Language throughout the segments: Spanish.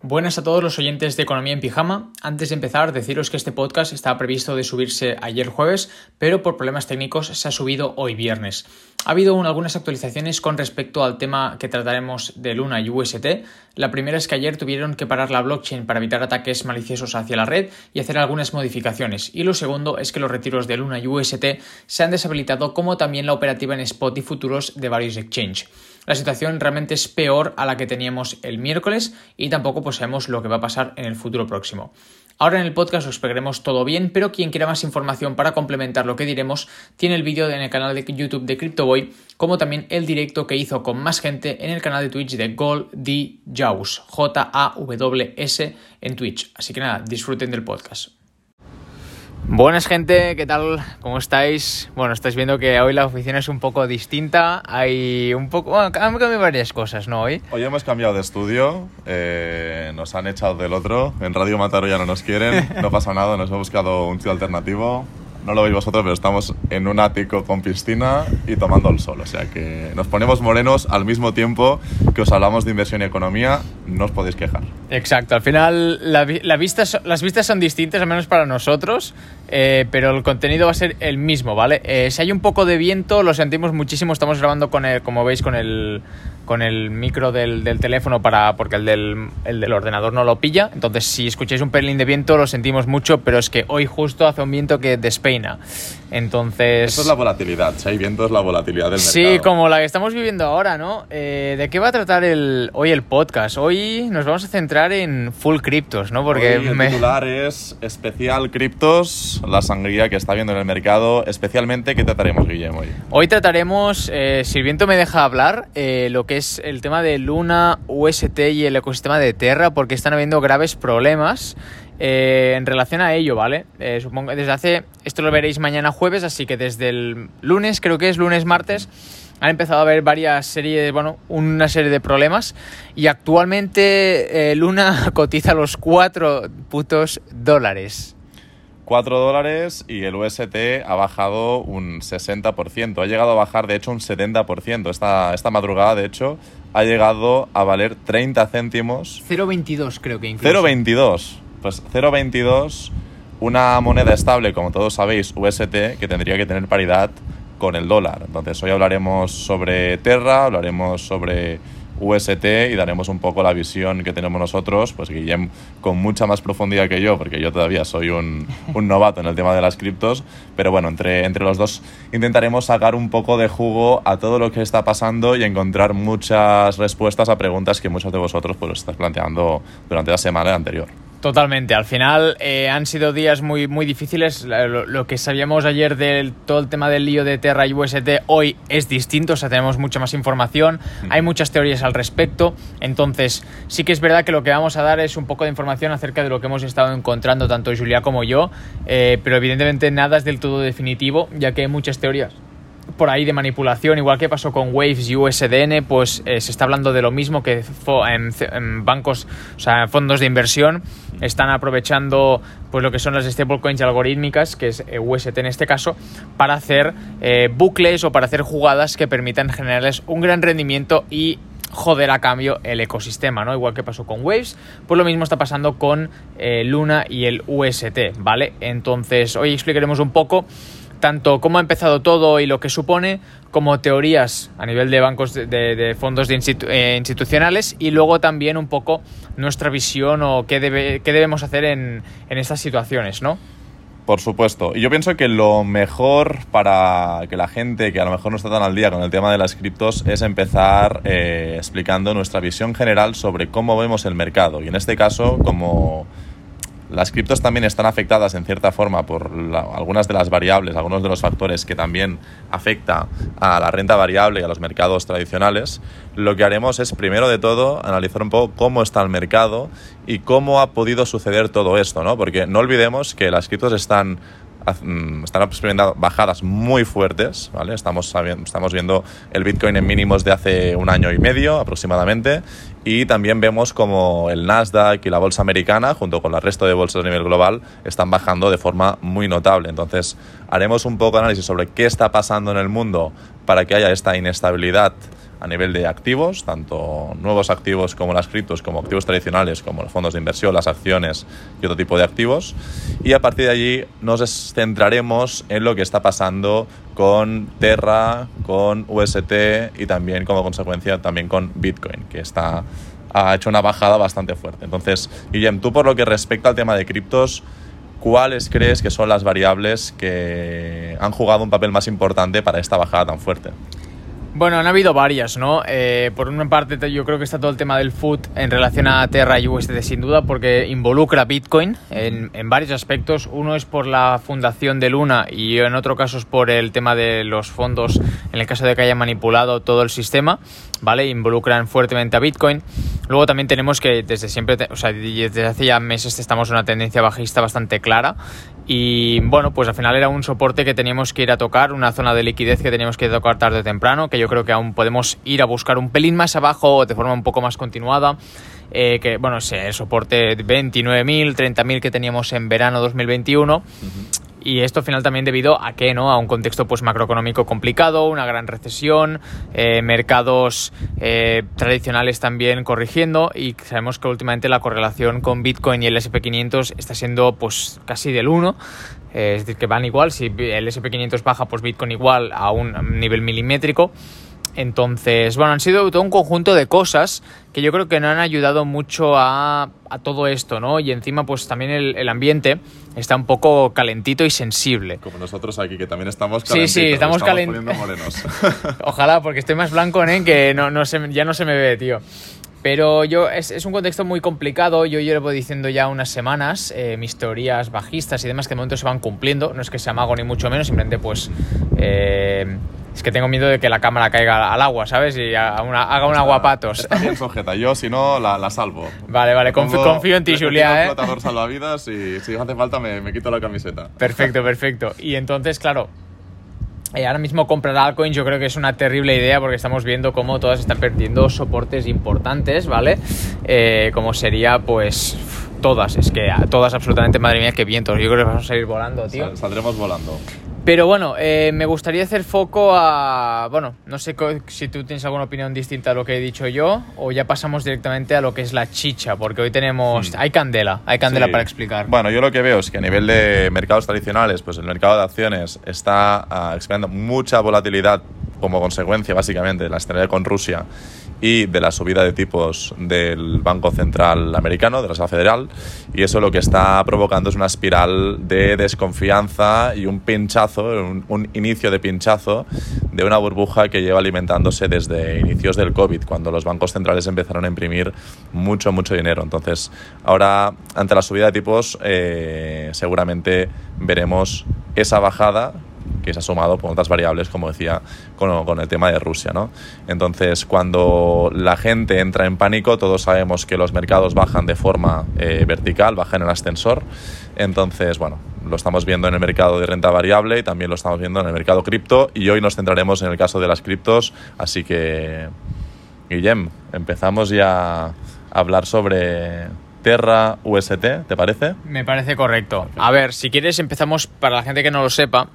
Buenas a todos los oyentes de Economía en Pijama. Antes de empezar, deciros que este podcast estaba previsto de subirse ayer jueves, pero por problemas técnicos se ha subido hoy viernes. Ha habido algunas actualizaciones con respecto al tema que trataremos de Luna y UST. La primera es que ayer tuvieron que parar la blockchain para evitar ataques maliciosos hacia la red y hacer algunas modificaciones. Y lo segundo es que los retiros de Luna y UST se han deshabilitado, como también la operativa en spot y futuros de varios exchanges. La situación realmente es peor a la que teníamos el miércoles y tampoco sabemos lo que va a pasar en el futuro próximo. Ahora en el podcast os explicaremos todo bien, pero quien quiera más información para complementar lo que diremos, tiene el vídeo en el canal de YouTube de CryptoBoy, como también el directo que hizo con más gente en el canal de Twitch de GoldDJaws, Jaws, en Twitch. Así que nada, disfruten del podcast. Buenas gente, ¿qué tal? ¿Cómo estáis? Bueno, estáis viendo que hoy la oficina es un poco distinta, han cambiado varias cosas, ¿no? Hoy hemos cambiado de estudio, nos han echado del otro, en Radio Mataró ya no nos quieren, no pasa nada, nos hemos buscado un sitio alternativo. No lo veis vosotros, pero estamos en un ático con piscina y tomando el sol. O sea que nos ponemos morenos al mismo tiempo que os hablamos de inversión y economía. No os podéis quejar. Exacto, al final las vistas son distintas, al menos para nosotros, pero el contenido va a ser el mismo, ¿vale? Si hay un poco de viento, lo sentimos muchísimo. Estamos grabando como veis, con el micro del teléfono porque el del ordenador no lo pilla. Entonces, si escucháis un pelín de viento, lo sentimos mucho, pero es que hoy justo hace un viento que despeina. Entonces... Eso es la volatilidad. Si hay viento es la volatilidad del mercado. Sí, como la que estamos viviendo ahora, ¿no? ¿De qué va a tratar hoy el podcast? Hoy nos vamos a centrar en full criptos, ¿no? Porque hoy el titular es especial criptos, la sangría que está viendo en el mercado. Especialmente, ¿qué trataremos, Guillermo? Hoy trataremos, si el viento me deja hablar, lo que es el tema de Luna, UST y el ecosistema de Terra, porque están habiendo graves problemas en relación a ello, ¿vale? Supongo que esto lo veréis mañana jueves, así que desde el lunes, creo que es lunes-martes, han empezado a haber una serie de problemas y actualmente Luna cotiza los $4. $4 y el UST ha bajado un 60%. Ha llegado a bajar, de hecho, un 70%. Esta madrugada, de hecho, ha llegado a valer 30 céntimos. 0,22 creo que incluso. 0,22. Pues 0,22, una moneda estable, como todos sabéis, UST, que tendría que tener paridad con el dólar. Entonces, hoy hablaremos sobre Terra, hablaremos sobre UST y daremos un poco la visión que tenemos nosotros, pues Guillem con mucha más profundidad que yo, porque yo todavía soy un novato en el tema de las criptos, pero bueno, entre los dos intentaremos sacar un poco de jugo a todo lo que está pasando y encontrar muchas respuestas a preguntas que muchos de vosotros pues os estáis planteando durante la semana anterior. Totalmente, al final han sido días muy, muy difíciles. Lo que sabíamos ayer de todo el tema del lío de Terra y UST hoy es distinto, o sea, tenemos mucha más información, hay muchas teorías al respecto, entonces sí que es verdad que lo que vamos a dar es un poco de información acerca de lo que hemos estado encontrando tanto Julia como yo, pero evidentemente nada es del todo definitivo, ya que hay muchas teorías por ahí de manipulación, igual que pasó con Waves y USDN, pues se está hablando de lo mismo, que en bancos, o sea, fondos de inversión están aprovechando pues lo que son las stablecoins algorítmicas, que es UST en este caso, para hacer bucles o para hacer jugadas que permitan generarles un gran rendimiento y joder a cambio el ecosistema, ¿no? Igual que pasó con Waves, pues lo mismo está pasando con Luna y el UST, ¿vale? Entonces hoy explicaremos un poco tanto cómo ha empezado todo y lo que supone, como teorías a nivel de bancos de fondos institucionales, y luego también un poco nuestra visión o qué debemos hacer en estas situaciones, ¿no? Por supuesto. Y yo pienso que lo mejor para que la gente que a lo mejor no está tan al día con el tema de las criptos es empezar explicando nuestra visión general sobre cómo vemos el mercado. Y en este caso, como las criptos también están afectadas en cierta forma por algunas de las variables, algunos de los factores que también afecta a la renta variable y a los mercados tradicionales, lo que haremos es, primero de todo, analizar un poco cómo está el mercado y cómo ha podido suceder todo esto, ¿no? Porque no olvidemos que las criptos están experimentando bajadas muy fuertes, ¿vale? Estamos viendo el Bitcoin en mínimos de hace un año y medio aproximadamente, y también vemos como el Nasdaq y la bolsa americana, junto con el resto de bolsas a nivel global, están bajando de forma muy notable. Entonces, haremos un poco de análisis sobre qué está pasando en el mundo para que haya esta inestabilidad a nivel de activos, tanto nuevos activos como las criptos, como activos tradicionales, como los fondos de inversión, las acciones y otro tipo de activos. Y a partir de allí nos centraremos en lo que está pasando con Terra, con UST y también como consecuencia también con Bitcoin, que ha hecho una bajada bastante fuerte. Entonces, Guillem, tú por lo que respecta al tema de criptos, ¿cuáles crees que son las variables que han jugado un papel más importante para esta bajada tan fuerte? Bueno, han habido varias, ¿no? Por una parte yo creo que está todo el tema del FUD en relación a Terra y UST sin duda, porque involucra Bitcoin en varios aspectos. Uno es por la fundación de Luna y en otro caso es por el tema de los fondos, en el caso de que haya manipulado todo el sistema, ¿vale? Involucran fuertemente a Bitcoin. Luego también tenemos que desde siempre, desde hace ya meses estamos en una tendencia bajista bastante clara y bueno, pues al final era un soporte que teníamos que ir a tocar, una zona de liquidez que teníamos que tocar tarde o temprano, que yo creo que aún podemos ir a buscar un pelín más abajo de forma un poco más continuada. Que bueno, es el soporte 29.000, 30.000 que teníamos en verano 2021. Y esto al final también debido a que, ¿no? A un contexto pues macroeconómico complicado, una gran recesión, mercados tradicionales también corrigiendo, y sabemos que últimamente la correlación con Bitcoin y el S&P 500 está siendo pues casi del 1. Es decir, que van igual, si el S&P 500 baja, pues Bitcoin igual a un nivel milimétrico. Entonces, bueno, han sido todo un conjunto de cosas que yo creo que no han ayudado mucho a todo esto, ¿no? Y encima, pues también el ambiente está un poco calentito y sensible. Como nosotros aquí, que también estamos calentitos. Sí, estamos poniendo morenos. Ojalá, porque estoy más blanco, ¿eh? Que ya no se me ve, tío. Pero es un contexto muy complicado. Yo llevo diciendo ya unas semanas mis teorías bajistas y demás que de momento se van cumpliendo. No es que sea mago ni mucho menos, simplemente pues es que tengo miedo de que la cámara caiga al agua, ¿sabes? Y haga un aguapatos. Está bien sujeta, yo si no la salvo. Vale, confío en ti, Julia, un flotador salvavidas y si hace falta me quito la camiseta. Perfecto. Y entonces, claro, ahora mismo comprar altcoins yo creo que es una terrible idea, porque estamos viendo cómo todas están perdiendo soportes importantes, ¿vale? Como sería, pues, todas. Es que todas absolutamente, madre mía, qué vientos. Yo creo que vamos a salir volando, tío. Saldremos volando. Pero bueno, me gustaría hacer foco a... Bueno, no sé si tú tienes alguna opinión distinta a lo que he dicho yo, o ya pasamos directamente a lo que es la chicha, porque hoy tenemos... Hay candela sí. Para explicar. Bueno, yo lo que veo es que a nivel de mercados tradicionales, pues el mercado de acciones está experimentando mucha volatilidad como consecuencia, básicamente, de la estrella con Rusia y de la subida de tipos del Banco Central Americano, de la Reserva Federal, y eso lo que está provocando es una espiral de desconfianza y un pinchazo, un inicio de pinchazo de una burbuja que lleva alimentándose desde inicios del COVID, cuando los bancos centrales empezaron a imprimir mucho dinero. Entonces, ahora, ante la subida de tipos, seguramente veremos esa bajada que se ha sumado por otras variables, como decía, con el tema de Rusia, ¿no? Entonces, cuando la gente entra en pánico, todos sabemos que los mercados bajan de forma vertical, bajan en el ascensor. Entonces, bueno, lo estamos viendo en el mercado de renta variable y también lo estamos viendo en el mercado cripto, y hoy nos centraremos en el caso de las criptos. Así que, Guillem, empezamos ya a hablar sobre Terra UST, ¿te parece? Me parece correcto. Perfecto. A ver, si quieres empezamos, para la gente que no lo sepa,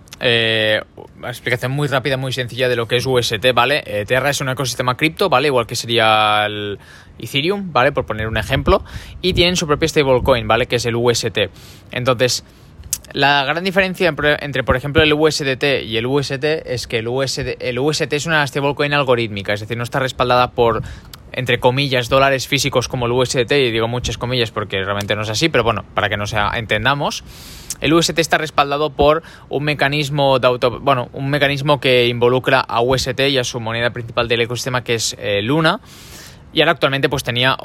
una explicación muy rápida, muy sencilla de lo que es UST, ¿vale? Terra es un ecosistema cripto, ¿vale? Igual que sería el Ethereum, ¿vale? Por poner un ejemplo. Y tienen su propio stablecoin, ¿vale? Que es el UST. Entonces, la gran diferencia entre, por ejemplo, el USDT y el UST es que el UST es una stablecoin algorítmica, es decir, no está respaldada por, entre comillas, dólares físicos como el USDT, y digo muchas comillas porque realmente no es así, pero bueno, para que nos entendamos, el UST está respaldado por un mecanismo un mecanismo que involucra a UST y a su moneda principal del ecosistema, que es Luna, y ahora actualmente pues tenía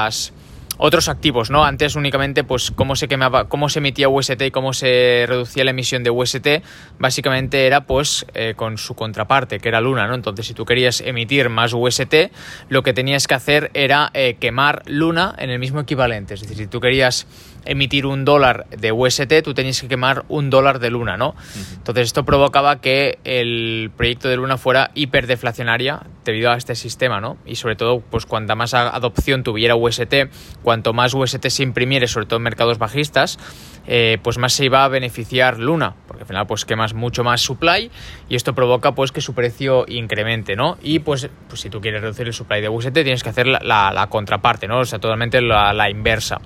otros activos, ¿no? Antes únicamente, pues, cómo se emitía UST y cómo se reducía la emisión de UST, básicamente era, pues, con su contraparte, que era Luna, ¿no? Entonces, si tú querías emitir más UST, lo que tenías que hacer era quemar Luna en el mismo equivalente. Es decir, si tú querías emitir $1 de UST, tú tenías que quemar $1 de Luna, ¿no? Entonces, esto provocaba que el proyecto de Luna fuera hiperdeflacionaria debido a este sistema, ¿no? Y sobre todo, pues, cuanta más adopción tuviera UST, cuanto más UST se imprimiere, sobre todo en mercados bajistas, pues más se iba a beneficiar Luna, porque al final pues quemas mucho más supply y esto provoca pues que su precio incremente, ¿no? Y pues si tú quieres reducir el supply de UST tienes que hacer la contraparte, ¿no? O sea, totalmente la inversa.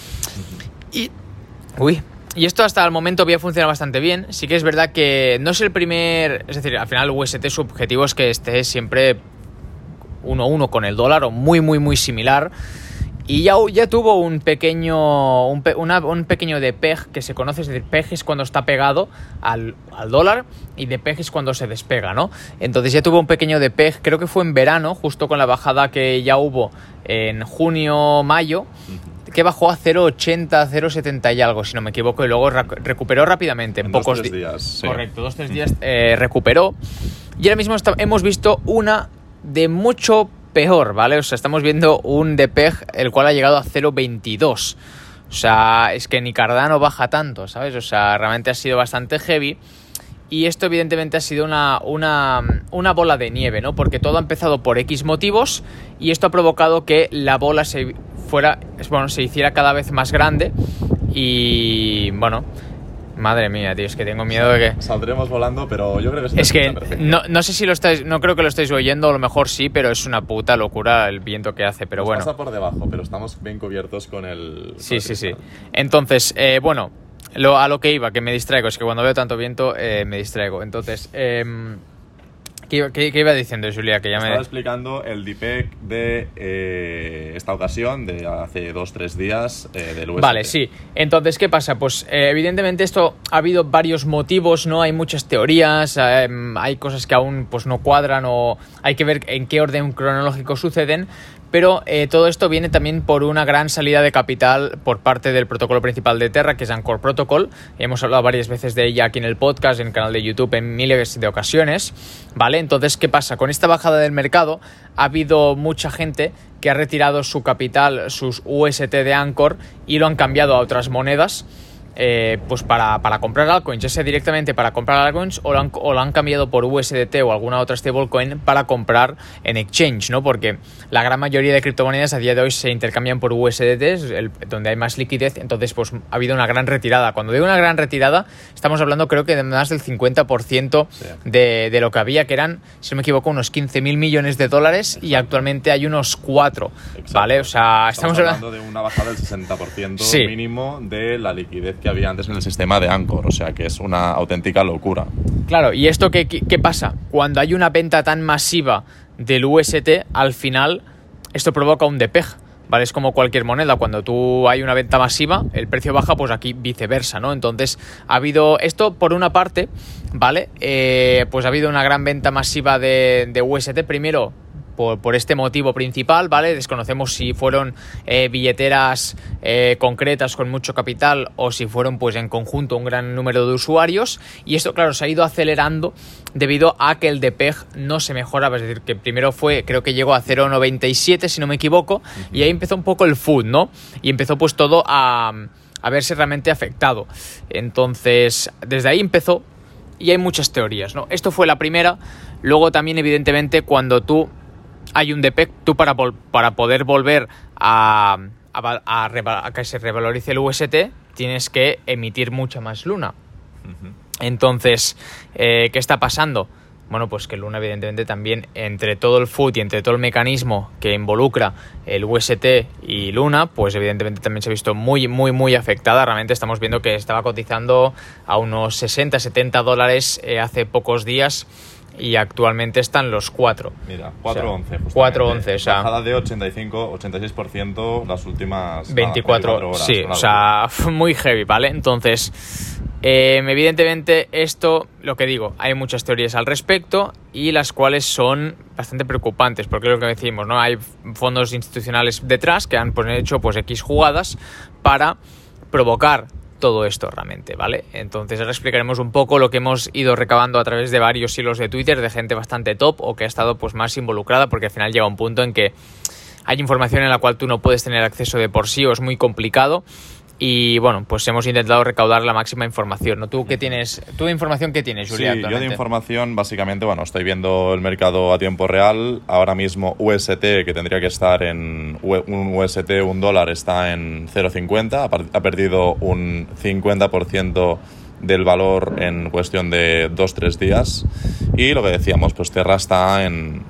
Y esto hasta el momento había funcionado bastante bien. Sí que es verdad que no es el primer... Es decir, al final UST su objetivo es que esté siempre 1-1 con el dólar o muy, muy, muy similar. Y ya tuvo un pequeño depeg que se conoce. Es decir, peg es cuando está pegado al dólar y depeg es cuando se despega, ¿no? Entonces ya tuvo un pequeño depeg, creo que fue en verano, justo con la bajada que ya hubo en junio, mayo, que bajó a 0,80, 0,70 y algo, si no me equivoco, y luego recuperó rápidamente. En pocos días. Sí. Correcto, 2-3 días recuperó. Y ahora mismo hemos visto una de mucho peor, ¿vale? O sea, estamos viendo un depeg el cual ha llegado a 0,22. O sea, es que ni Cardano baja tanto, ¿sabes? O sea, realmente ha sido bastante heavy. Y esto evidentemente ha sido una bola de nieve, ¿no? Porque todo ha empezado por X motivos y esto ha provocado que la bola se hiciera cada vez más grande y, bueno, madre mía, tío, es que tengo miedo de que... Saldremos volando, pero yo creo que es que no sé si lo estáis... No creo que lo estéis oyendo, a lo mejor sí, pero es una puta locura el viento que hace, pero bueno. Pasa por debajo, pero estamos bien cubiertos con el... Sí. Entonces, bueno... A lo que iba, que me distraigo, es que cuando veo tanto viento me distraigo. Entonces, ¿qué iba diciendo, Julia? Que ya Estaba explicando el DPEG de esta ocasión, de hace 2-3 días, del UST. Vale, sí. Entonces, ¿qué pasa? Pues evidentemente esto ha habido varios motivos, ¿no? Hay muchas teorías, hay cosas que aún pues no cuadran o hay que ver en qué orden cronológico suceden. Pero todo esto viene también por una gran salida de capital por parte del protocolo principal de Terra, que es Anchor Protocol. Hemos hablado varias veces de ella aquí en el podcast, en el canal de YouTube, en miles de ocasiones, ¿vale? Entonces, ¿qué pasa? Con esta bajada del mercado ha habido mucha gente que ha retirado su capital, sus UST de Anchor, y lo han cambiado a otras monedas. Pues para comprar altcoins, ya sea directamente para comprar altcoins o lo han cambiado por USDT o alguna otra stablecoin para comprar en exchange, ¿no? Porque la gran mayoría de criptomonedas a día de hoy se intercambian por USDT, donde hay más liquidez. Entonces pues ha habido una gran retirada. Cuando digo una gran retirada, estamos hablando creo que de más del 50% de lo que había, que eran, si no me equivoco, unos 15.000 millones de dólares. Exacto. Y actualmente hay unos 4. Exacto. ¿Vale? O sea, estamos hablando de una bajada del 60% mínimo de la liquidez que había antes en el sistema de Anchor, o sea que es una auténtica locura. Claro, ¿y esto qué pasa? Cuando hay una venta tan masiva del UST, al final esto provoca un depeg, ¿vale? Es como cualquier moneda, cuando hay una venta masiva, el precio baja, pues aquí viceversa, ¿no? Entonces ha habido esto por una parte, ¿vale? Pues ha habido una gran venta masiva de UST, primero por este motivo principal, ¿vale? Desconocemos si fueron billeteras concretas con mucho capital o si fueron pues en conjunto un gran número de usuarios, y esto claro se ha ido acelerando debido a que el depeg no se mejoraba, es decir, que primero creo que llegó a 0,97 si no me equivoco, y ahí empezó un poco el food, ¿no? Y empezó pues todo a verse realmente afectado. Entonces desde ahí empezó, y hay muchas teorías, ¿no? Esto fue la primera. Luego también evidentemente cuando hay un depeg, tú para poder volver a que se revalorice el UST tienes que emitir mucha más Luna. Entonces, ¿qué está pasando? Bueno, pues que Luna evidentemente también, entre todo el food y entre todo el mecanismo que involucra el UST y Luna, pues evidentemente también se ha visto muy, muy, muy afectada. Realmente estamos viendo que estaba cotizando a unos $60-70 hace pocos días, y actualmente están los 4. Mira, 4.11. 4.11, o sea... Bajada de 85-86% las últimas 24 horas. Sí, o sea, muy heavy, ¿vale? Entonces, evidentemente esto, lo que digo, hay muchas teorías al respecto y las cuales son bastante preocupantes, porque es lo que decimos, ¿no? Hay fondos institucionales detrás que han hecho pues X jugadas para provocar todo esto realmente, ¿vale? Entonces ahora explicaremos un poco lo que hemos ido recabando a través de varios hilos de Twitter de gente bastante top o que ha estado pues más involucrada, porque al final llega un punto en que hay información en la cual tú no puedes tener acceso de por sí o es muy complicado, y bueno, pues hemos intentado recaudar la máxima información, ¿no? ¿Tú qué tienes? ¿Tú de información qué tienes, Julián? Sí, yo de información básicamente, bueno, estoy viendo el mercado a tiempo real. Ahora mismo UST, que tendría que estar en un UST, $1 está en 0,50, ha perdido un 50% del valor en cuestión de 2-3 días. Y lo que decíamos, pues Terra está en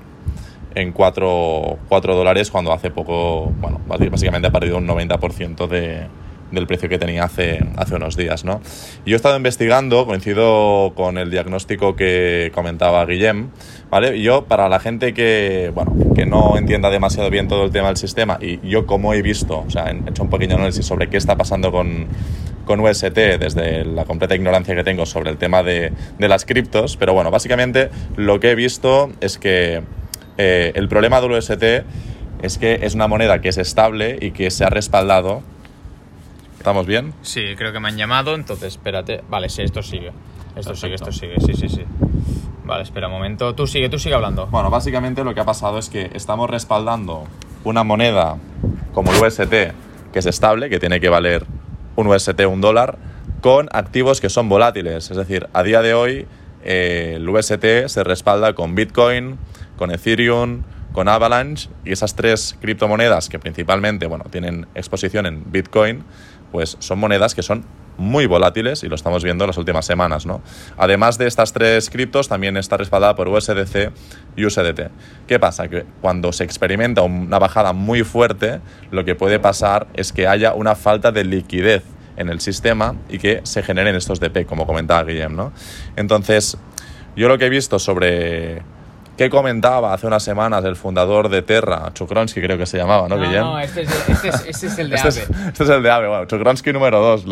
$4 cuando hace poco, bueno, básicamente ha perdido un 90% del precio que tenía hace unos días, ¿no? Yo he estado investigando, coincido con el diagnóstico que comentaba Guillem, ¿vale? Yo, para la gente que no entienda demasiado bien todo el tema del sistema, y yo como he visto, o sea, he hecho un pequeño análisis sobre qué está pasando con UST desde la completa ignorancia que tengo sobre el tema de las criptos, pero bueno, básicamente lo que he visto es que el problema del UST es que es una moneda que es estable y que se ha respaldado. ¿Estamos bien? Sí, creo que me han llamado, entonces espérate. Vale, sí, esto sigue. Esto Perfecto. sigue, sí. Vale, espera un momento. Tú sigue hablando. Bueno, básicamente lo que ha pasado es que estamos respaldando una moneda como el UST, que es estable, que tiene que valer un UST $1, con activos que son volátiles. Es decir, a día de hoy el UST se respalda con Bitcoin, con Ethereum, con Avalanche, y esas tres criptomonedas que principalmente, bueno, tienen exposición en Bitcoin, pues son monedas que son muy volátiles y lo estamos viendo en las últimas semanas, ¿no? Además de estas tres criptos, también está respaldada por USDC y USDT. ¿Qué pasa? Que cuando se experimenta una bajada muy fuerte, lo que puede pasar es que haya una falta de liquidez en el sistema y que se generen estos DP, como comentaba Guillem, ¿no? Entonces, yo lo que he visto sobre ¿qué comentaba hace unas semanas el fundador de Terra, Chukronsky creo que se llamaba, ¿no, Guillem? No, este es el de Aave. Este es el de Aave, bueno, Chukronsky número 2,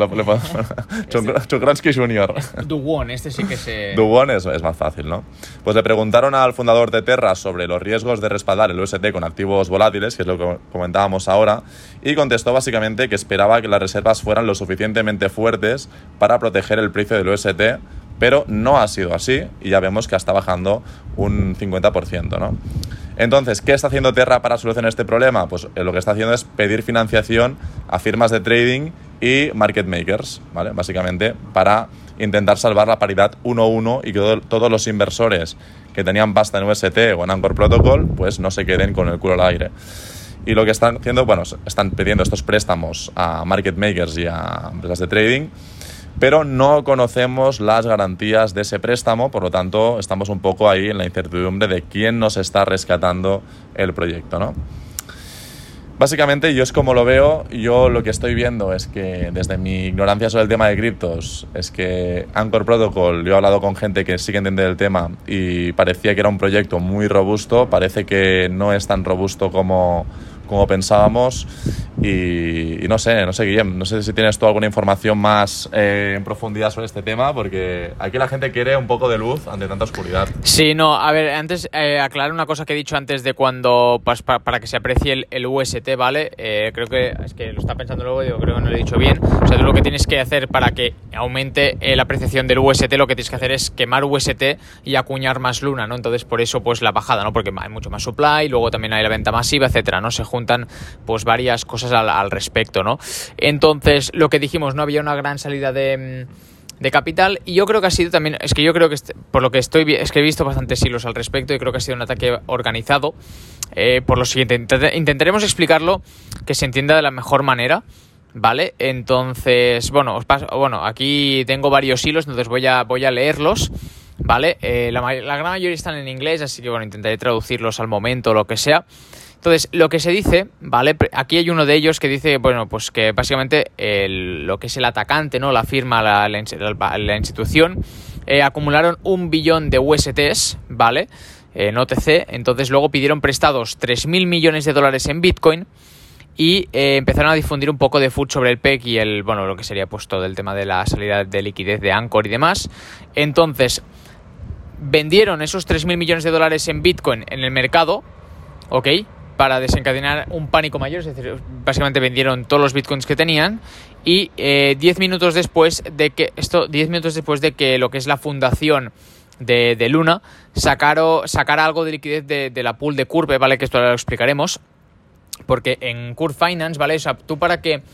Chukronsky Junior. Duwon, este sí que se... Duwon es más fácil, ¿no? Pues le preguntaron al fundador de Terra sobre los riesgos de respaldar el UST con activos volátiles, que es lo que comentábamos ahora, y contestó básicamente que esperaba que las reservas fueran lo suficientemente fuertes para proteger el precio del UST, pero no ha sido así y ya vemos que está bajando un 50%, ¿no? Entonces, ¿qué está haciendo Terra para solucionar este problema? Pues lo que está haciendo es pedir financiación a firmas de trading y market makers, ¿vale? Básicamente para intentar salvar la paridad 1-1 y que todos los inversores que tenían pasta en UST o en Anchor Protocol pues no se queden con el culo al aire. Y lo que están haciendo, bueno, están pidiendo estos préstamos a market makers y a empresas de trading, pero no conocemos las garantías de ese préstamo, por lo tanto estamos un poco ahí en la incertidumbre de quién nos está rescatando el proyecto, ¿no? Básicamente yo es como lo veo, yo lo que estoy viendo es que desde mi ignorancia sobre el tema de criptos, es que Anchor Protocol, yo he hablado con gente que sí que entiende el tema y parecía que era un proyecto muy robusto, parece que no es tan robusto como pensábamos y no sé, Guillem, no sé si tienes tú alguna información más en profundidad sobre este tema, porque aquí la gente quiere un poco de luz ante tanta oscuridad. Sí, no, a ver, antes aclarar una cosa que he dicho antes de cuando, para que se aprecie el UST, ¿vale? Creo que, es que lo está pensando luego, digo, creo que no lo he dicho bien. O sea, tú lo que tienes que hacer para que aumente la apreciación del UST, lo que tienes que hacer es quemar UST y acuñar más Luna, ¿no? Entonces, por eso, pues la bajada, ¿no? Porque hay mucho más supply, luego también hay la venta masiva, etcétera, ¿no? Se juntan, pues, varias cosas al respecto, ¿no? Entonces, lo que dijimos, no había una gran salida de capital, y yo creo que ha sido también, es que yo creo que por lo que es que he visto bastantes hilos al respecto y creo que ha sido un ataque organizado, por lo siguiente, intentaremos explicarlo que se entienda de la mejor manera, ¿vale? Entonces, bueno, aquí tengo varios hilos, entonces voy a leerlos, ¿vale? La gran mayoría están en inglés, así que bueno, intentaré traducirlos al momento o lo que sea. Entonces, lo que se dice, ¿vale? Aquí hay uno de ellos que dice, bueno, pues que básicamente lo que es el atacante, ¿no? La firma, la institución, acumularon 1 billón de USTs, ¿vale? En OTC, entonces luego pidieron prestados $3.000 millones en Bitcoin y empezaron a difundir un poco de FUD sobre el PEC y lo que sería pues todo el tema de la salida de liquidez de Anchor y demás. Entonces, vendieron esos $3.000 millones en Bitcoin en el mercado, ¿ok? Para desencadenar un pánico mayor, es decir, básicamente vendieron todos los bitcoins que tenían y 10 minutos después de que lo que es la fundación de Luna sacara algo de liquidez de la pool de Curve, ¿vale? Que esto ahora lo explicaremos, porque en Curve Finance, ¿vale? O sea, tú para que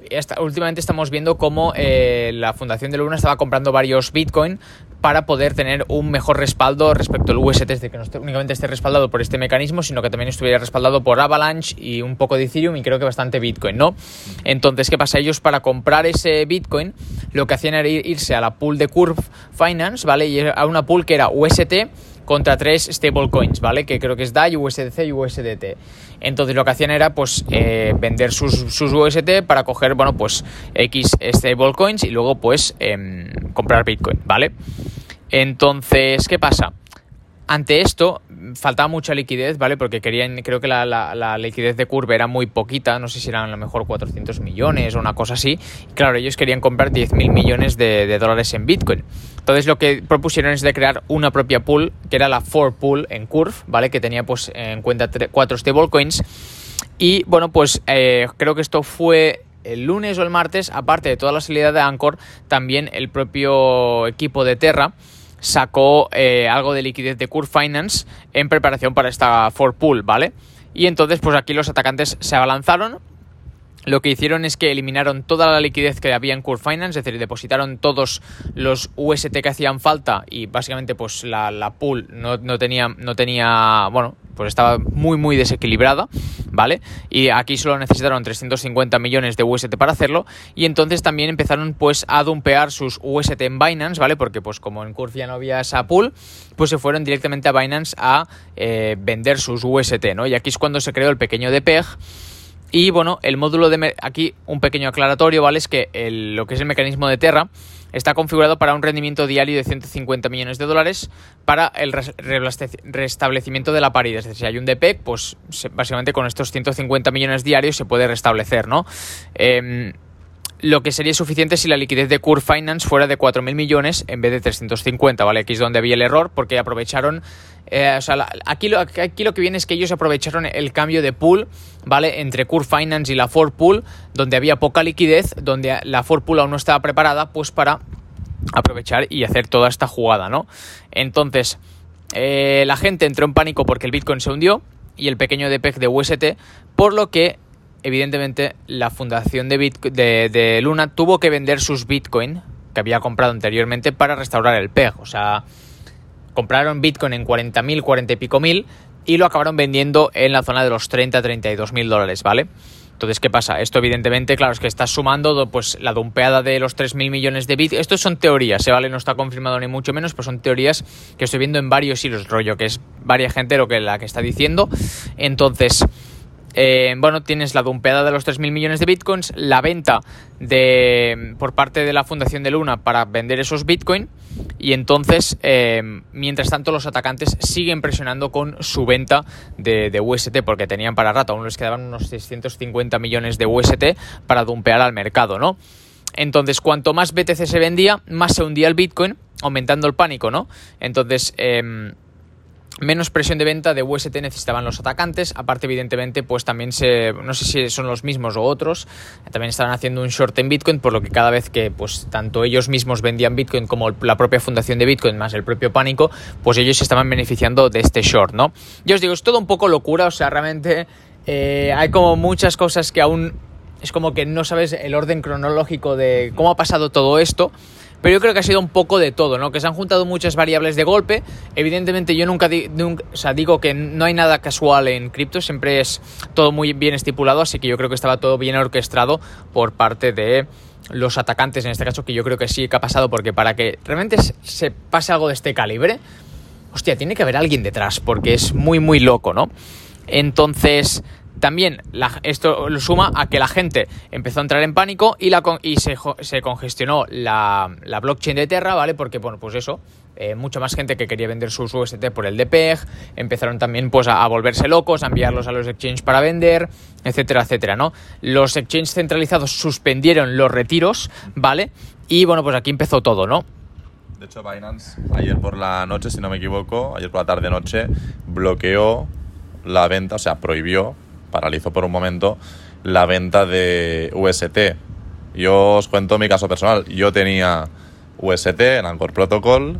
últimamente estamos viendo cómo la Fundación de Luna estaba comprando varios Bitcoin para poder tener un mejor respaldo respecto al UST, de que no únicamente esté respaldado por este mecanismo, sino que también estuviera respaldado por Avalanche y un poco de Ethereum y creo que bastante Bitcoin, ¿no? Entonces, ¿qué pasa? Ellos para comprar ese Bitcoin lo que hacían era irse a la pool de Curve Finance, ¿vale? Y a una pool que era UST contra 3 stablecoins, ¿vale? Que creo que es DAI, USDC y USDT. Entonces lo que hacían era pues vender sus UST para coger, bueno, pues X stablecoins y luego pues comprar Bitcoin, ¿vale? Entonces, ¿qué pasa? Ante esto faltaba mucha liquidez, ¿vale? Porque creo que la liquidez de Curve era muy poquita, no sé si eran a lo mejor 400 millones o una cosa así. Y claro, ellos querían comprar 10.000 millones de dólares en Bitcoin. Entonces lo que propusieron es de crear una propia pool, que era la 4 Pool en Curve, ¿vale? Que tenía pues en cuenta 4 stablecoins. Y bueno, pues creo que esto fue el lunes o el martes, aparte de toda la salida de Anchor, también el propio equipo de Terra sacó algo de liquidez de Curve Finance en preparación para esta 4 Pool, ¿vale? Y entonces pues aquí los atacantes se abalanzaron. Lo que hicieron es que eliminaron toda la liquidez que había en Curve Finance, es decir, depositaron todos los UST que hacían falta y básicamente pues la pool no tenía, bueno, pues estaba muy desequilibrada, ¿vale? Y aquí solo necesitaron 350 millones de UST para hacerlo y entonces también empezaron pues a dumpear sus UST en Binance, ¿vale? Porque pues como en Curve ya no había esa pool, pues se fueron directamente a Binance a vender sus UST, ¿no? Y aquí es cuando se creó el pequeño DPEG. Y bueno, el módulo aquí un pequeño aclaratorio, ¿vale? Es que lo que es el mecanismo de Terra está configurado para un rendimiento diario de 150 millones de dólares para el restablecimiento de la paridad. Es decir, si hay un DPEG, pues básicamente con estos 150 millones diarios se puede restablecer, ¿no? Lo que sería suficiente si la liquidez de Curve Finance fuera de 4.000 millones en vez de 350, ¿vale? Aquí es donde había el error porque aprovecharon... aquí lo que viene es que ellos aprovecharon el cambio de pool, ¿vale? Entre Curve Finance y la 4 Pool, donde había poca liquidez, donde la 4 Pool aún no estaba preparada, pues para aprovechar y hacer toda esta jugada, ¿no? Entonces, la gente entró en pánico porque el Bitcoin se hundió y el pequeño DPEG de UST, por lo que evidentemente la fundación de Luna tuvo que vender sus Bitcoin que había comprado anteriormente para restaurar el PEG. O sea, compraron Bitcoin en 40.000, 40 y pico mil y lo acabaron vendiendo en la zona de los 32.000 dólares, ¿vale? Entonces, ¿qué pasa? Esto evidentemente, claro, es que está sumando pues la dumpeada de los 3.000 millones de Bitcoin. Estos son teorías, ¿vale? No está confirmado ni mucho menos, pero son teorías que estoy viendo en varios hilos, rollo, que es varias gente la que está diciendo. Entonces... bueno, tienes la dumpeada de los 3.000 millones de bitcoins, la venta por parte de la Fundación de Luna para vender esos bitcoins y entonces, mientras tanto, los atacantes siguen presionando con su venta de UST porque tenían para rato, aún les quedaban unos 650 millones de UST para dumpear al mercado, ¿no? Entonces, cuanto más BTC se vendía, más se hundía el bitcoin, aumentando el pánico, ¿no? Entonces, menos presión de venta de UST necesitaban los atacantes. Aparte, evidentemente, pues también no sé si son los mismos o otros, también estaban haciendo un short en Bitcoin, por lo que cada vez que pues tanto ellos mismos vendían Bitcoin como la propia fundación de Bitcoin más el propio pánico, pues ellos se estaban beneficiando de este short, ¿no? Yo os digo, es todo un poco locura, o sea, realmente hay como muchas cosas que aún es como que no sabes el orden cronológico de cómo ha pasado todo esto. Pero yo creo que ha sido un poco de todo, ¿no? Que se han juntado muchas variables de golpe. Evidentemente yo nunca digo que no hay nada casual en cripto, siempre es todo muy bien estipulado, así que yo creo que estaba todo bien orquestado por parte de los atacantes, en este caso, que yo creo que sí que ha pasado, porque para que realmente se pase algo de este calibre, hostia, tiene que haber alguien detrás, porque es muy loco, ¿no? Entonces... También esto lo suma a que la gente empezó a entrar en pánico y se congestionó la blockchain de Terra, ¿vale? Porque, bueno, pues eso, mucha más gente que quería vender sus UST por el DPEG, empezaron también pues a volverse locos, a enviarlos a los exchanges para vender, etcétera, etcétera, ¿no? Los exchanges centralizados suspendieron los retiros, ¿vale? Y, bueno, pues aquí empezó todo, ¿no? De hecho, Binance ayer por la noche, si no me equivoco, ayer por la tarde-noche, bloqueó la venta, o sea, paralizó por un momento la venta de UST. Yo os cuento mi caso personal. Yo tenía UST en Anchor Protocol.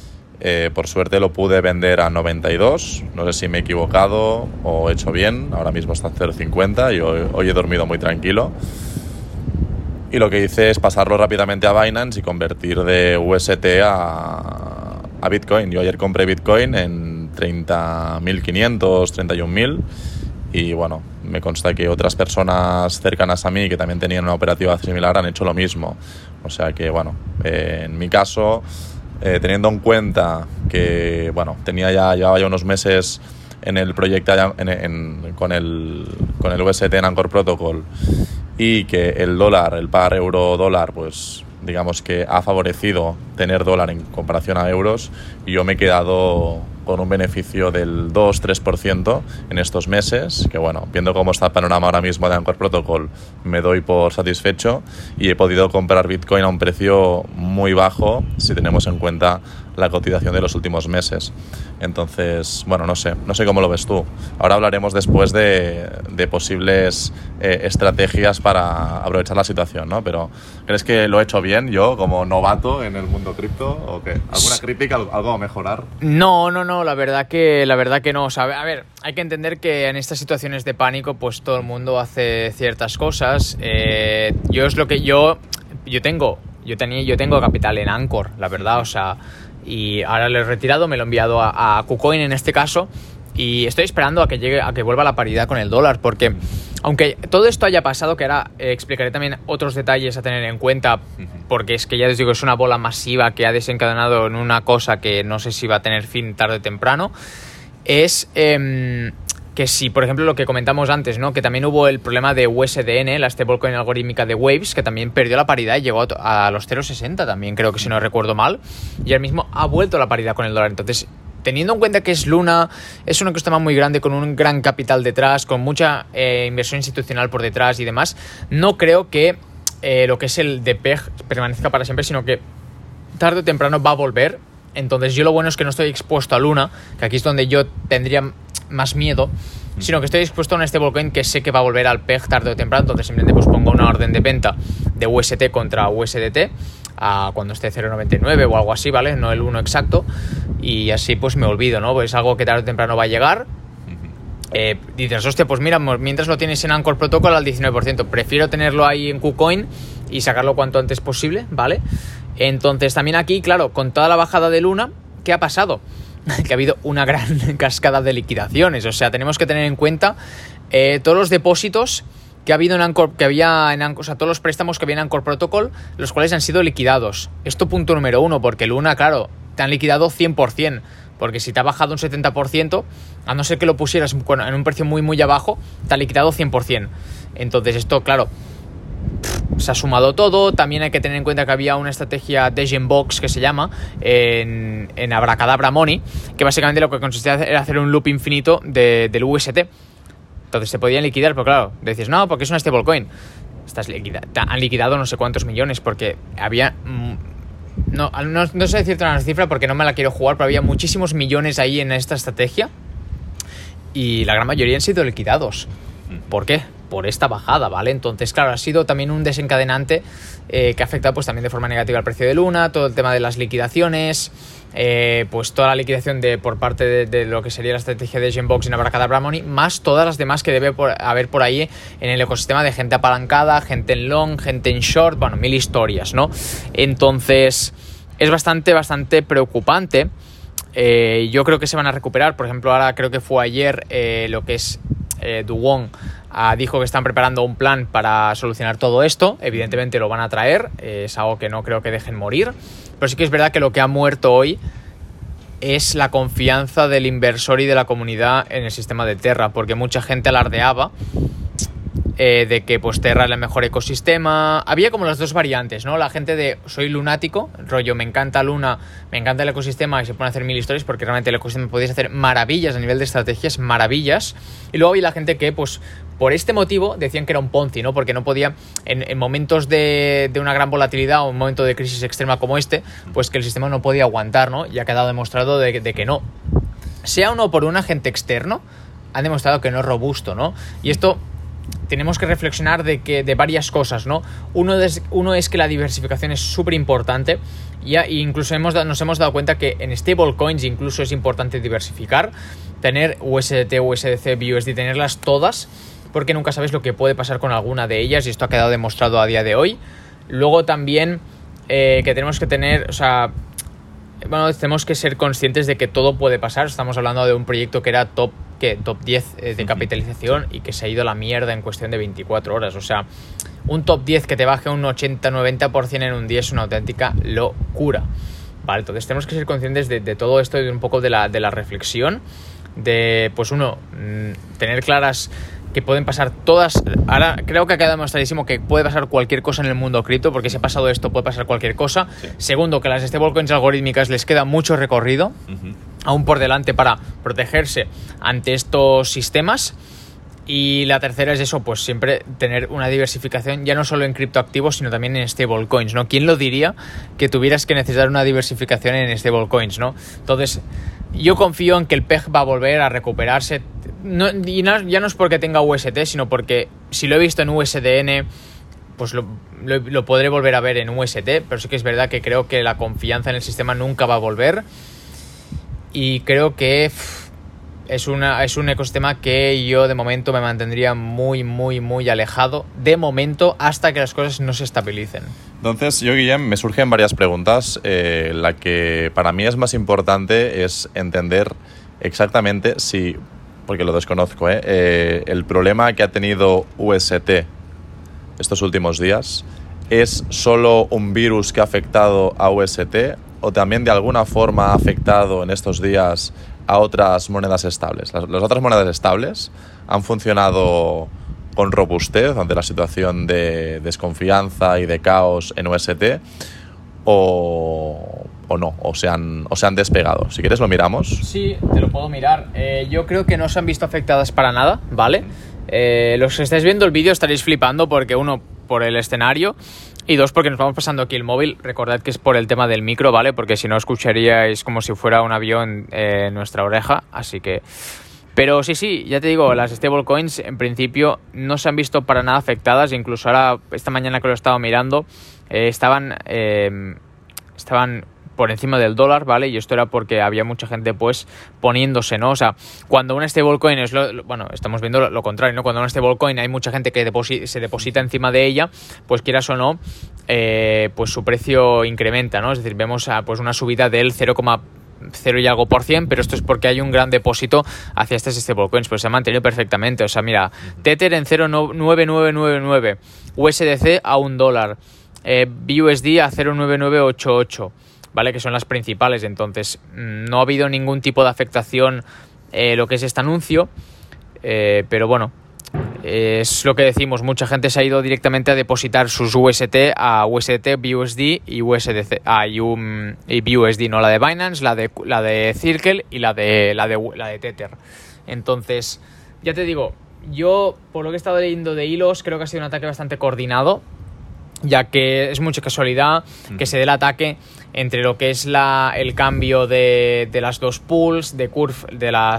Por suerte lo pude vender a 92. No sé si me he equivocado o he hecho bien. Ahora mismo está en 0.50 y hoy he dormido muy tranquilo. Y lo que hice es pasarlo rápidamente a Binance y convertir de UST a Bitcoin. Yo ayer compré Bitcoin en 30.500, 31.000 y bueno, me consta que otras personas cercanas a mí que también tenían una operativa similar han hecho lo mismo. O sea que bueno, en mi caso, teniendo en cuenta que bueno, llevaba ya unos meses en el proyecto con el UST en Anchor Protocol y que el dólar, el par euro-dólar, pues digamos que ha favorecido tener dólar en comparación a euros, y yo me he quedado con un beneficio del 2-3% en estos meses, que bueno, viendo cómo está el panorama ahora mismo de Anchor Protocol, me doy por satisfecho y he podido comprar Bitcoin a un precio muy bajo si tenemos en cuenta la cotización de los últimos meses. Entonces, bueno, no sé cómo lo ves tú. Ahora hablaremos después de posibles estrategias para aprovechar la situación, ¿no? Pero, ¿crees que lo he hecho bien yo como novato en el mundo cripto o qué? ¿Alguna crítica, algo a mejorar? No, la verdad que no. O sea, a ver, hay que entender que en estas situaciones de pánico, pues todo el mundo hace ciertas cosas. Yo tengo capital en Anchor, la verdad, o sea, y ahora lo he retirado, me lo he enviado a KuCoin en este caso, y estoy esperando a que vuelva la paridad con el dólar, porque aunque todo esto haya pasado, que ahora explicaré también otros detalles a tener en cuenta, porque es que ya les digo, es una bola masiva que ha desencadenado en una cosa que no sé si va a tener fin tarde o temprano, es que si, por ejemplo, lo que comentamos antes, ¿no? Que también hubo el problema de USDN, la stablecoin algorítmica de Waves, que también perdió la paridad y llegó a los 0,60 también, creo que si no recuerdo mal, y ahora mismo ha vuelto la paridad con el dólar. Entonces, teniendo en cuenta que es Luna, es un ecosistema muy grande, con un gran capital detrás, con mucha inversión institucional por detrás y demás, no creo que lo que es el DPEG permanezca para siempre, sino que tarde o temprano va a volver. Entonces, yo lo bueno es que no estoy expuesto a Luna, que aquí es donde yo tendría más miedo, sino que estoy expuesto a un stablecoin que sé que va a volver al PEG tarde o temprano. Entonces simplemente pues pongo una orden de venta de UST contra USDT cuando esté 0,99 o algo así, ¿vale? No el 1 exacto, y así pues me olvido, ¿no? Pues es algo que tarde o temprano va a llegar. Dices, hostia, pues mira, mientras lo tienes en Anchor Protocol al 19%, prefiero tenerlo ahí en KuCoin y sacarlo cuanto antes posible, ¿vale? Entonces también aquí, claro, con toda la bajada de Luna, ¿qué ha pasado? Que ha habido una gran cascada de liquidaciones. O sea, tenemos que tener en cuenta todos los depósitos que ha habido o sea, todos los préstamos que había en Anchor Protocol, los cuales han sido liquidados. Esto punto número 1, porque Luna, claro, te han liquidado 100%, porque si te ha bajado un 70%, a no ser que lo pusieras en un precio muy muy abajo, te ha liquidado 100%. Entonces esto, claro, se ha sumado todo. También hay que tener en cuenta que había una estrategia de Gembox que se llama en Abracadabra Money, que básicamente lo que consistía era hacer un loop infinito del UST. Entonces se podían liquidar, pero claro, decís, no, porque es una stablecoin. Han liquidado no sé cuántos millones, porque había... No sé decirte una cifra porque no me la quiero jugar, pero había muchísimos millones ahí en esta estrategia y la gran mayoría han sido liquidados. ¿Por qué? Por esta bajada, ¿vale? Entonces, claro, ha sido también un desencadenante que ha afectado pues también de forma negativa al precio de Luna, todo el tema de las liquidaciones, pues toda la liquidación por parte de lo que sería la estrategia de Gembox en Abracadabra Money, más todas las demás que debe haber por ahí en el ecosistema de gente apalancada, gente en long, gente en short, bueno, mil historias, ¿no? Entonces, es bastante preocupante. Yo creo que se van a recuperar. Por ejemplo, ahora creo que fue ayer lo que es Duwon dijo que están preparando un plan para solucionar todo esto. Evidentemente lo van a traer, es algo que no creo que dejen morir, pero sí que es verdad que lo que ha muerto hoy es la confianza del inversor y de la comunidad en el sistema de Terra, porque mucha gente alardeaba de que pues Terra era el mejor ecosistema. Había como las dos variantes, ¿no? La gente de soy lunático, rollo, me encanta Luna, me encanta el ecosistema, y se pone a hacer mil historias porque realmente el ecosistema podéis hacer maravillas a nivel de estrategias, maravillas. Y luego había la gente que pues por este motivo decían que era un Ponzi, ¿no? Porque no podía, en momentos de una gran volatilidad o un momento de crisis extrema como este, pues que el sistema no podía aguantar, ¿no? Y ha quedado demostrado de que no. Sea o no por un agente externo, han demostrado que no es robusto, ¿no? Y esto tenemos que reflexionar de varias cosas, ¿no? Uno es que la diversificación es súper importante. Ya incluso nos hemos dado cuenta que en stablecoins incluso es importante diversificar, tener USDT, USDC, BUSD, tenerlas todas, porque nunca sabes lo que puede pasar con alguna de ellas y esto ha quedado demostrado a día de hoy. Luego también que tenemos que tener, tenemos que ser conscientes de que todo puede pasar. Estamos hablando de un proyecto que era top 10 de capitalización y que se ha ido a la mierda en cuestión de 24 horas. O sea, un top 10 que te baje un 80-90% en un día es una auténtica locura. Vale, entonces tenemos que ser conscientes de todo esto y de un poco de la reflexión. De, pues tener claras que pueden pasar todas. Ahora creo que ha quedado demostradísimo que puede pasar cualquier cosa en el mundo cripto, porque si ha pasado esto puede pasar cualquier cosa. Sí. Segundo, que las stablecoins algorítmicas les queda mucho recorrido aún por delante para protegerse ante estos sistemas. Y la tercera es eso, pues siempre tener una diversificación, ya no solo en criptoactivos, sino también en stablecoins, ¿no? ¿Quién lo diría que tuvieras que necesitar una diversificación en stablecoins, ¿no? Entonces, yo confío en que el PEG va a volver a recuperarse. Ya no es porque tenga UST, sino porque si lo he visto en USDN, pues lo podré volver a ver en UST, pero sí que es verdad que creo que la confianza en el sistema nunca va a volver. Y creo que es un ecosistema que yo de momento me mantendría muy, muy, muy alejado, de momento, hasta que las cosas no se estabilicen. Entonces, yo, Guillem, me surgen varias preguntas. La que para mí es más importante es entender exactamente si, porque lo desconozco, el problema que ha tenido UST estos últimos días, ¿es solo un virus que ha afectado a UST o también de alguna forma ha afectado en estos días a otras monedas estables? Las otras monedas estables han funcionado con robustez ante la situación de desconfianza y de caos en UST o no, o se han despegado. Si quieres lo miramos. Sí, te lo puedo mirar. Yo creo que no se han visto afectadas para nada, ¿vale? Los que estáis viendo el vídeo estaréis flipando porque uno, por el escenario, y dos, porque nos vamos pasando aquí el móvil. Recordad que es por el tema del micro, ¿vale? Porque si no escucharíais como si fuera un avión en nuestra oreja, así que... Pero sí, ya te digo, las stablecoins en principio no se han visto para nada afectadas. Incluso ahora, esta mañana que lo he estado mirando, estaban por encima del dólar, ¿vale? Y esto era porque había mucha gente pues poniéndose, ¿no? O sea, cuando una stablecoin es estamos viendo lo contrario, ¿no? Cuando una stablecoin hay mucha gente que se deposita encima de ella, pues quieras o no, pues su precio incrementa, ¿no? Es decir, vemos pues una subida del 0,0 y algo %, pero esto es porque hay un gran depósito hacia estas stablecoins, pues se ha mantenido perfectamente. O sea, mira, Tether en 0,9999, USDC a $1, BUSD a 0,9988, ¿vale? Que son las principales. Entonces no ha habido ningún tipo de afectación lo que es este anuncio, pero bueno, es lo que decimos, mucha gente se ha ido directamente a depositar sus UST a USDT, BUSD y USDC, y BUSD, no la de Binance, la de Circle y la de Tether. Entonces, ya te digo, yo por lo que he estado leyendo de hilos, creo que ha sido un ataque bastante coordinado, ya que es mucha casualidad que se dé el ataque entre lo que es el cambio de las dos pools, de Curve, de la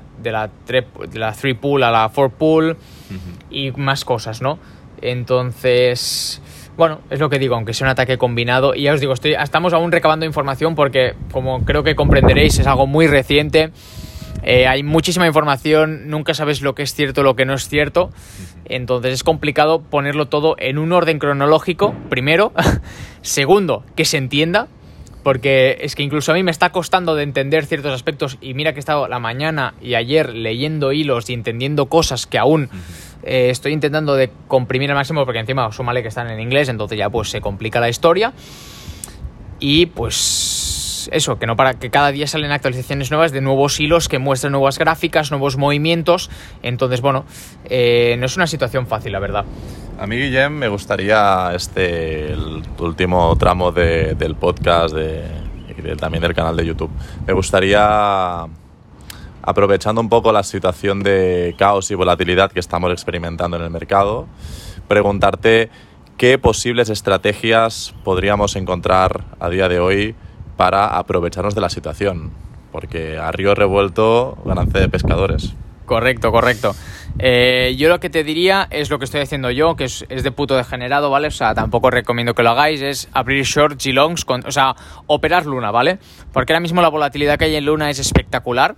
3 pool a la 4 pool y más cosas, ¿no? Entonces, bueno, es lo que digo, aunque sea un ataque combinado, y ya os digo, estamos aún recabando información porque, como creo que comprenderéis, es algo muy reciente. Hay muchísima información, nunca sabes lo que es cierto o lo que no es cierto, entonces es complicado ponerlo todo en un orden cronológico, primero. Segundo, que se entienda, porque es que incluso a mí me está costando de entender ciertos aspectos, y mira que he estado la mañana y ayer leyendo hilos y entendiendo cosas que aún estoy intentando de comprimir al máximo, porque encima súmale que están en inglés, entonces ya pues se complica la historia. Y pues eso, que no para que cada día salen actualizaciones nuevas de nuevos hilos que muestran nuevas gráficas, nuevos movimientos. Entonces, bueno, no es una situación fácil, la verdad. A mí, Guillem, me gustaría el último tramo del podcast y también del canal de YouTube. Me gustaría, aprovechando un poco la situación de caos y volatilidad que estamos experimentando en el mercado, preguntarte qué posibles estrategias podríamos encontrar a día de hoy para aprovecharnos de la situación, porque a río revuelto, ganancia de pescadores. Correcto. Yo lo que te diría es lo que estoy haciendo yo, que es de puto degenerado, ¿vale? O sea, tampoco recomiendo que lo hagáis, es abrir shorts y longs, o sea, operar Luna, ¿vale? Porque ahora mismo la volatilidad que hay en Luna es espectacular.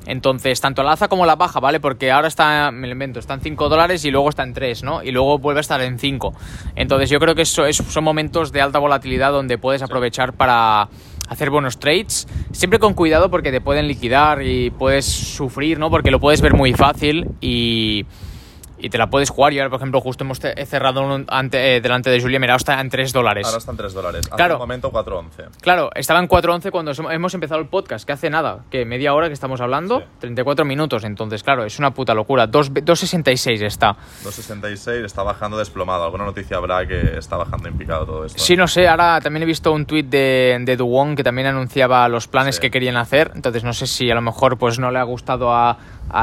Entonces, tanto la alza como la baja, ¿vale? Porque ahora está, me lo invento, está en $5 y luego está en 3, ¿no? Y luego vuelve a estar en 5. Entonces, yo creo que son momentos de alta volatilidad donde puedes aprovechar para hacer buenos trades, siempre con cuidado porque te pueden liquidar y puedes sufrir, ¿no? Porque lo puedes ver muy fácil y te la puedes jugar. Yo ahora, por ejemplo, justo he cerrado delante de Julia, mira, está en $3. Ahora está en $3. Hace Claro, un momento 4.11. Claro, estaba en 4.11 cuando hemos empezado el podcast, que hace nada, que media hora que estamos hablando, sí. 34 minutos, entonces claro, es una puta locura. 2.66 está. 2.66, está bajando desplomado. ¿Alguna noticia habrá que está bajando en picado todo esto? Sí, no sé, ahora también he visto un tuit de Duwon que también anunciaba los planes que querían hacer, entonces no sé si a lo mejor pues no le ha gustado a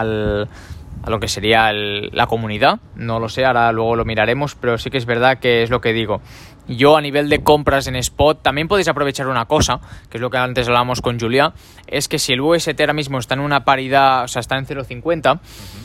lo que sería la comunidad, no lo sé, ahora luego lo miraremos, pero sí que es verdad que es lo que digo. Yo a nivel de compras en spot también podéis aprovechar una cosa, que es lo que antes hablábamos con Julia, es que si el UST ahora mismo está en una paridad, o sea, está en 0.50,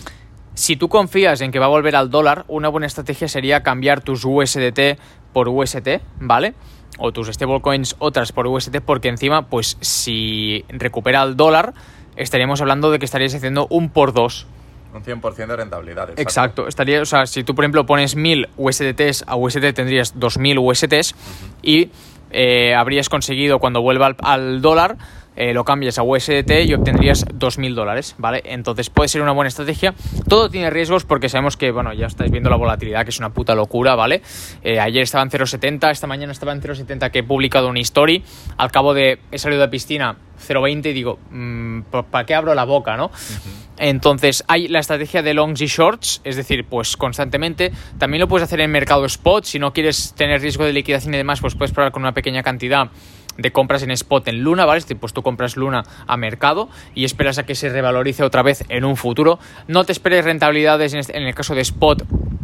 si tú confías en que va a volver al dólar, una buena estrategia sería cambiar tus USDT por UST, ¿vale? O tus stablecoins otras por UST, porque encima, pues si recupera el dólar, estaríamos hablando de que estaríais haciendo un por 2. Un 100% de rentabilidad. Exacto. Estaría, o sea, si tú, por ejemplo, pones 1.000 USDTs a UST, tendrías 2.000 USTs y habrías conseguido, cuando vuelva al dólar, lo cambias a USDT y obtendrías $2.000, ¿vale? Entonces puede ser una buena estrategia. Todo tiene riesgos porque sabemos que, bueno, ya estáis viendo la volatilidad, que es una puta locura, ¿vale? Ayer estaba en 0.70, esta mañana estaba en 0.70, que he publicado una story. Al cabo he salido de piscina 0.20 y digo, ¿para qué abro la boca, no? Entonces hay la estrategia de longs y shorts, es decir, pues constantemente. También lo puedes hacer en mercado spot. Si no quieres tener riesgo de liquidación y demás, pues puedes probar con una pequeña cantidad de compras en spot en Luna, ¿vale? Pues tú compras Luna a mercado y esperas a que se revalorice otra vez en un futuro. No te esperes rentabilidades en el caso de spot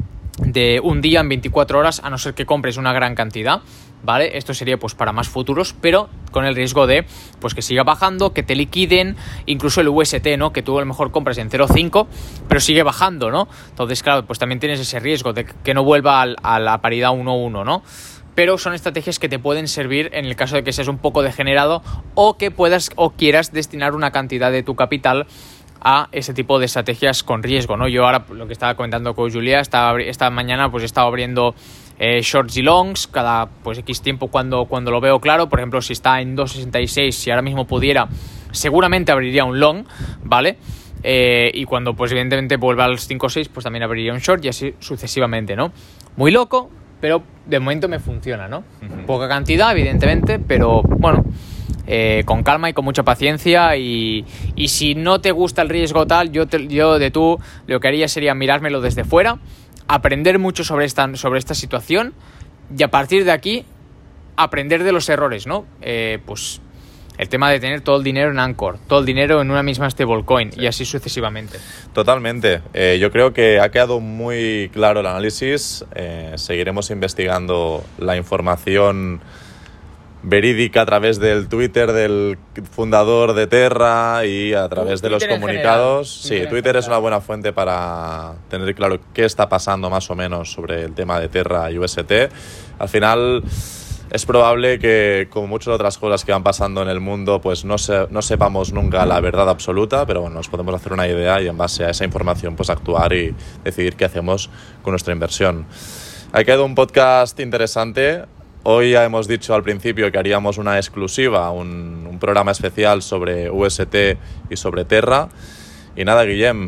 de un día en 24 horas, a no ser que compres una gran cantidad, ¿vale? Esto sería pues para más futuros, pero con el riesgo de pues que siga bajando, que te liquiden, incluso el UST, ¿no? Que tú a lo mejor compras en 0.5, pero sigue bajando, ¿no? Entonces, claro, pues también tienes ese riesgo de que no vuelva a la paridad 1-1, ¿no? Pero son estrategias que te pueden servir en el caso de que seas un poco degenerado o que puedas o quieras destinar una cantidad de tu capital a ese tipo de estrategias con riesgo, ¿no? Yo ahora, lo que estaba comentando con Julia, esta mañana pues he estado abriendo shorts y longs cada pues X tiempo cuando lo veo claro. Por ejemplo, si está en 2.66, si ahora mismo pudiera, seguramente abriría un long, ¿vale? Y cuando pues evidentemente vuelva a los 5.6, pues también abriría un short y así sucesivamente, ¿no? Muy loco, pero de momento me funciona, ¿no? Poca cantidad, evidentemente, pero bueno, con calma y con mucha paciencia. Y si no te gusta el riesgo tal, yo lo que haría sería mirármelo desde fuera, aprender mucho sobre esta situación y a partir de aquí aprender de los errores, ¿no? Pues el tema de tener todo el dinero en Anchor, todo el dinero en una misma stablecoin, sí, y así sucesivamente. Totalmente. Yo creo que ha quedado muy claro el análisis. Seguiremos investigando la información verídica a través del Twitter del fundador de Terra y a través de los comunicados. Sí, Twitter es una buena fuente para tener claro qué está pasando más o menos sobre el tema de Terra y UST. Al final es probable que, como muchas otras cosas que van pasando en el mundo, pues no sepamos nunca la verdad absoluta, pero bueno, nos podemos hacer una idea y en base a esa información pues actuar y decidir qué hacemos con nuestra inversión. Ha quedado un podcast interesante. Hoy ya hemos dicho al principio que haríamos una exclusiva, un programa especial sobre UST y sobre Terra. Y nada, Guillem,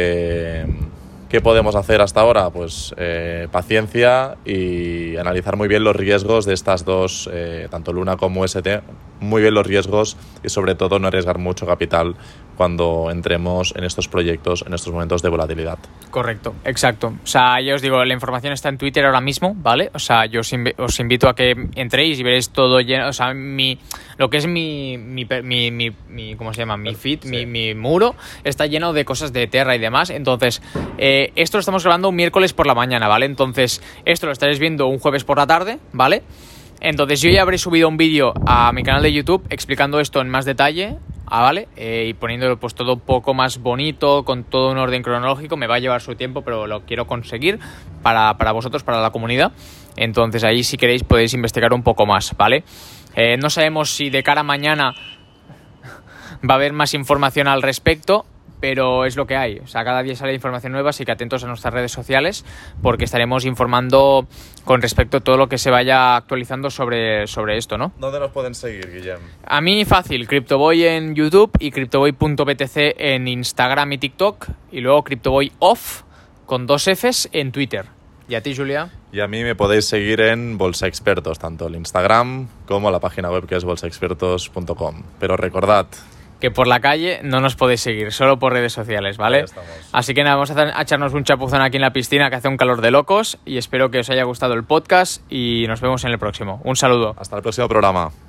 ¿qué podemos hacer hasta ahora? Pues paciencia y analizar muy bien los riesgos de estas dos, tanto Luna como UST, muy bien los riesgos y sobre todo no arriesgar mucho capital cuando entremos en estos proyectos, en estos momentos de volatilidad. Correcto, exacto. O sea, ya os digo, la información está en Twitter ahora mismo, ¿vale? O sea, yo os invito a que entréis y veréis todo lleno, o sea, lo que es mi ¿cómo se llama? Mi feed, sí. mi muro, está lleno de cosas de Terra y demás. Entonces, esto lo estamos grabando un miércoles por la mañana, ¿vale? Entonces, esto lo estaréis viendo un jueves por la tarde, ¿vale? Entonces, yo ya habré subido un vídeo a mi canal de YouTube explicando esto en más detalle, ¿vale? Y poniéndolo pues todo un poco más bonito, con todo un orden cronológico. Me va a llevar su tiempo, pero lo quiero conseguir para vosotros, para la comunidad. Entonces ahí, si queréis, podéis investigar un poco más, ¿vale? No sabemos si de cara a mañana va a haber más información al respecto. pero es lo que hay. O sea, cada día sale información nueva, así que atentos a nuestras redes sociales porque estaremos informando con respecto a todo lo que se vaya actualizando sobre esto, ¿no? ¿Dónde nos pueden seguir, Guillem? A mí fácil, CryptoBoy en YouTube y CryptoBoy.btc en Instagram y TikTok, y luego CryptoBoy Off con 2 Fs en Twitter. ¿Y a ti, Julia? Y a mí me podéis seguir en Bolsa Expertos, tanto el Instagram como la página web que es bolsaexpertos.com. Pero recordad que por la calle no nos podéis seguir, solo por redes sociales, ¿vale? Ahí estamos. Así que nada, vamos a echarnos un chapuzón aquí en la piscina, que hace un calor de locos, y espero que os haya gustado el podcast y nos vemos en el próximo. Un saludo. Hasta el próximo programa.